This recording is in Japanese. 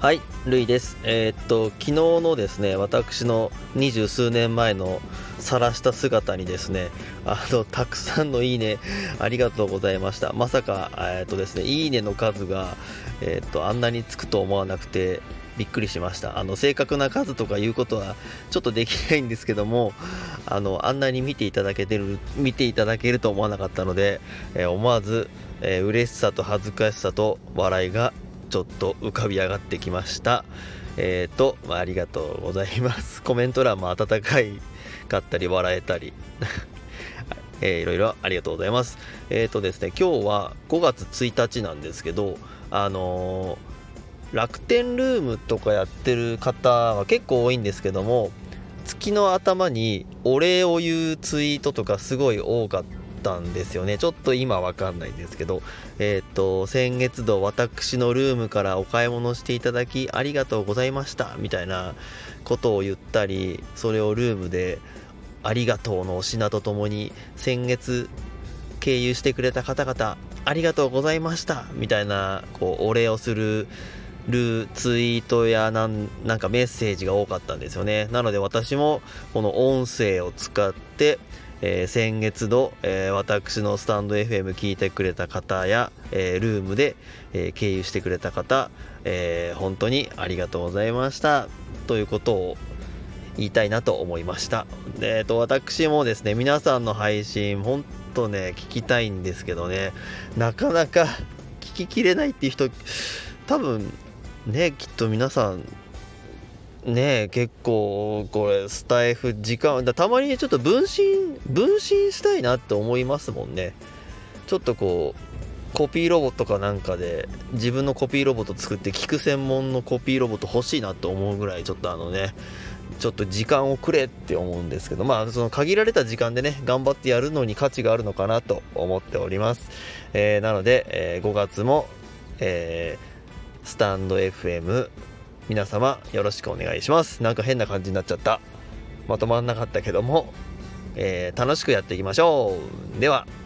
はい、ルイです。昨日のですね、私の20数年前の晒した姿にですね、たくさんのいいね、ありがとうございました。まさか、ですね、いいねの数が、あんなにつくと思わなくて、びっくりしました。正確な数とかいうことはちょっとできないんですけども、あんなに見ていただけると思わなかったので、思わず、嬉しさと恥ずかしさと笑いがちょっと浮かび上がってきました。ありがとうございます。コメント欄も温かったり笑えたりいろいろありがとうございます。ですね、今日は5月1日なんですけど、楽天ルームとかやってる方は結構多いんですけども、月の頭にお礼を言うツイートとかすごい多かったんですよね。ちょっと今わかんないんですけど、先月度私のルームからお買い物していただきありがとうございましたみたいなことを言ったり、それをルームでありがとうのお品とともに先月経由してくれた方々ありがとうございましたみたいなお礼をするツイートやなんかメッセージが多かったんですよね。なので私もこの音声を使って、先月度、私のスタンド FM 聞いてくれた方や、ルームで、経由してくれた方、本当にありがとうございましたということを言いたいなと思いました。で、私もですね、皆さんの配信本当ね聞きたいんですけどね、なかなか聞ききれないっていう人多分ね、きっと皆さんね、結構これスタイフ時間たまにちょっと分身したいなって思いますもんね。ちょっとコピーロボットかなんかで自分のコピーロボット作って聞く専門のコピーロボット欲しいなって思うぐらい、ちょっと時間をくれって思うんですけど、その限られた時間でね頑張ってやるのに価値があるのかなと思っております。なので、5月も、スタンド FM 皆様よろしくお願いします。なんか変な感じになっちゃった。まとまんなかったけども、楽しくやっていきましょう。では。